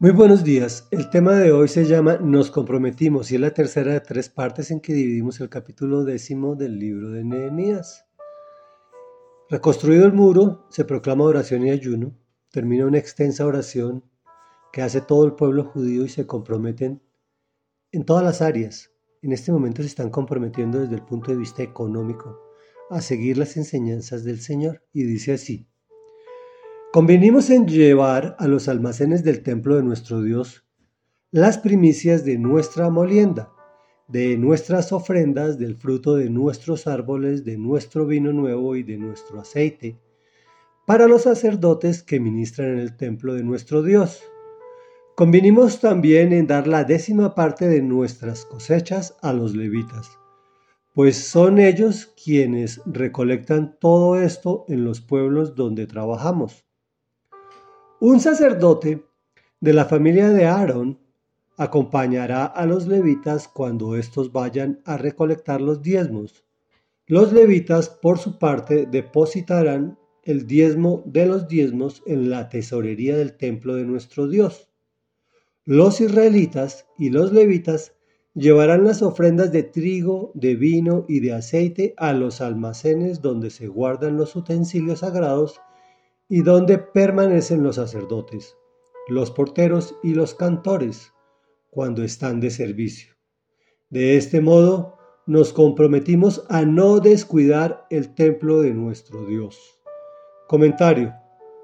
Muy buenos días. El tema de hoy se llama Nos comprometimos y es la tercera de tres partes en que dividimos el capítulo 10 del libro de Nehemías. Reconstruido el muro, se proclama oración y ayuno. Termina una extensa oración que hace todo el pueblo judío y se comprometen en todas las áreas. En este momento se están comprometiendo desde el punto de vista económico a seguir las enseñanzas del Señor y dice así: Convenimos en llevar a los almacenes del templo de nuestro Dios las primicias de nuestra molienda, de nuestras ofrendas, del fruto de nuestros árboles, de nuestro vino nuevo y de nuestro aceite, para los sacerdotes que ministran en el templo de nuestro Dios. Convinimos también en dar la 10ª parte de nuestras cosechas a los levitas, pues son ellos quienes recolectan todo esto en los pueblos donde trabajamos. Un sacerdote de la familia de Aarón acompañará a los levitas cuando estos vayan a recolectar los diezmos. Los levitas, por su parte, depositarán el diezmo de los diezmos en la tesorería del templo de nuestro Dios. Los israelitas y los levitas llevarán las ofrendas de trigo, de vino y de aceite a los almacenes donde se guardan los utensilios sagrados y donde permanecen los sacerdotes, los porteros y los cantores cuando están de servicio. De este modo, nos comprometimos a no descuidar el templo de nuestro Dios. Comentario.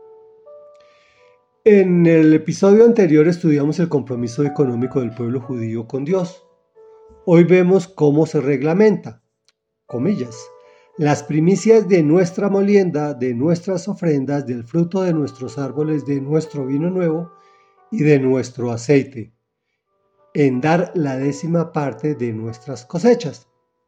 En el episodio anterior estudiamos el compromiso económico del pueblo judío con Dios. Hoy vemos cómo se reglamenta, comillas, las primicias de nuestra molienda, de nuestras ofrendas, del fruto de nuestros árboles, de nuestro vino nuevo y de nuestro aceite, en dar la 10ª parte de nuestras cosechas.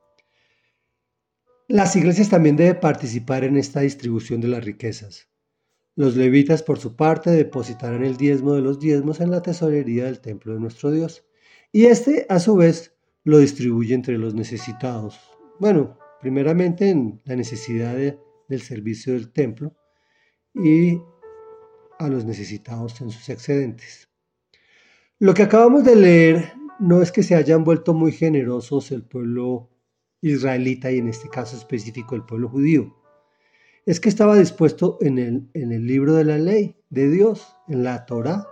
Las iglesias también deben participar en esta distribución de las riquezas. Los levitas, por su parte, depositarán el diezmo de los diezmos en la tesorería del templo de nuestro Dios, y a su vez, lo distribuye entre los necesitados. Bueno, primeramente en la necesidad del servicio del templo y a los necesitados en sus excedentes. Lo que acabamos de leer no es que se hayan vuelto muy generosos el pueblo israelita y en este caso específico el pueblo judío. Es que estaba dispuesto en el libro de la ley de Dios, en la Torá.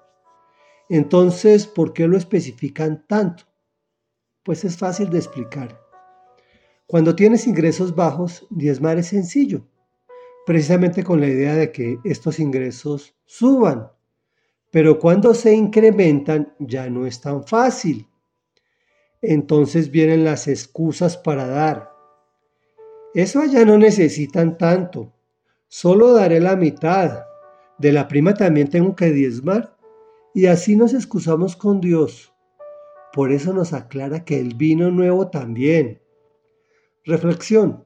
Entonces, ¿por qué lo especifican tanto? Pues es fácil de explicar. Cuando tienes ingresos bajos, diezmar es sencillo, precisamente con la idea de que estos ingresos suban. Pero cuando se incrementan ya no es tan fácil. Entonces vienen las excusas para dar. Eso allá no necesitan tanto. Solo daré la mitad. De la prima también tengo que diezmar. Y así nos excusamos con Dios. Por eso nos aclara que el vino nuevo también. Reflexión.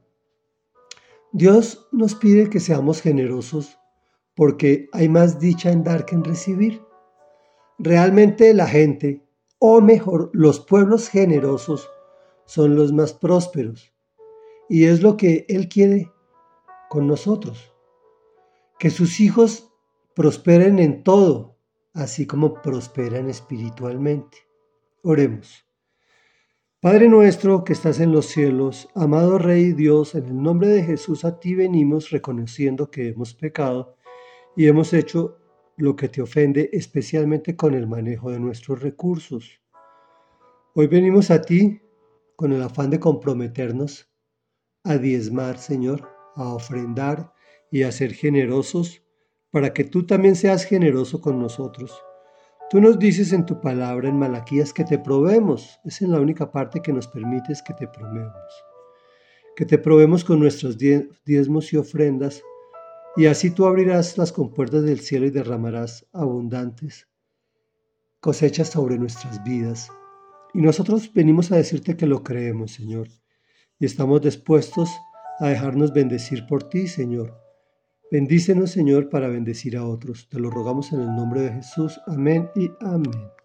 Dios nos pide que seamos generosos porque hay más dicha en dar que en recibir. Realmente la gente, o mejor, los pueblos generosos, son los más prósperos. Y es lo que Él quiere con nosotros. Que sus hijos prosperen en todo, así como prosperan espiritualmente. Oremos. Padre nuestro que estás en los cielos, amado Rey Dios, en el nombre de Jesús a ti venimos reconociendo que hemos pecado y hemos hecho lo que te ofende, especialmente con el manejo de nuestros recursos. Hoy venimos a ti con el afán de comprometernos a diezmar, Señor, a ofrendar y a ser generosos para que tú también seas generoso con nosotros. Tú nos dices en tu palabra en Malaquías que te probemos. Esa es la única parte que nos permites que te probemos. Que te probemos con nuestros diezmos y ofrendas, y así tú abrirás las compuertas del cielo y derramarás abundantes cosechas sobre nuestras vidas. Y nosotros venimos a decirte que lo creemos, Señor, y estamos dispuestos a dejarnos bendecir por ti, Señor. Bendícenos, Señor, para bendecir a otros. Te lo rogamos en el nombre de Jesús. Amén y amén.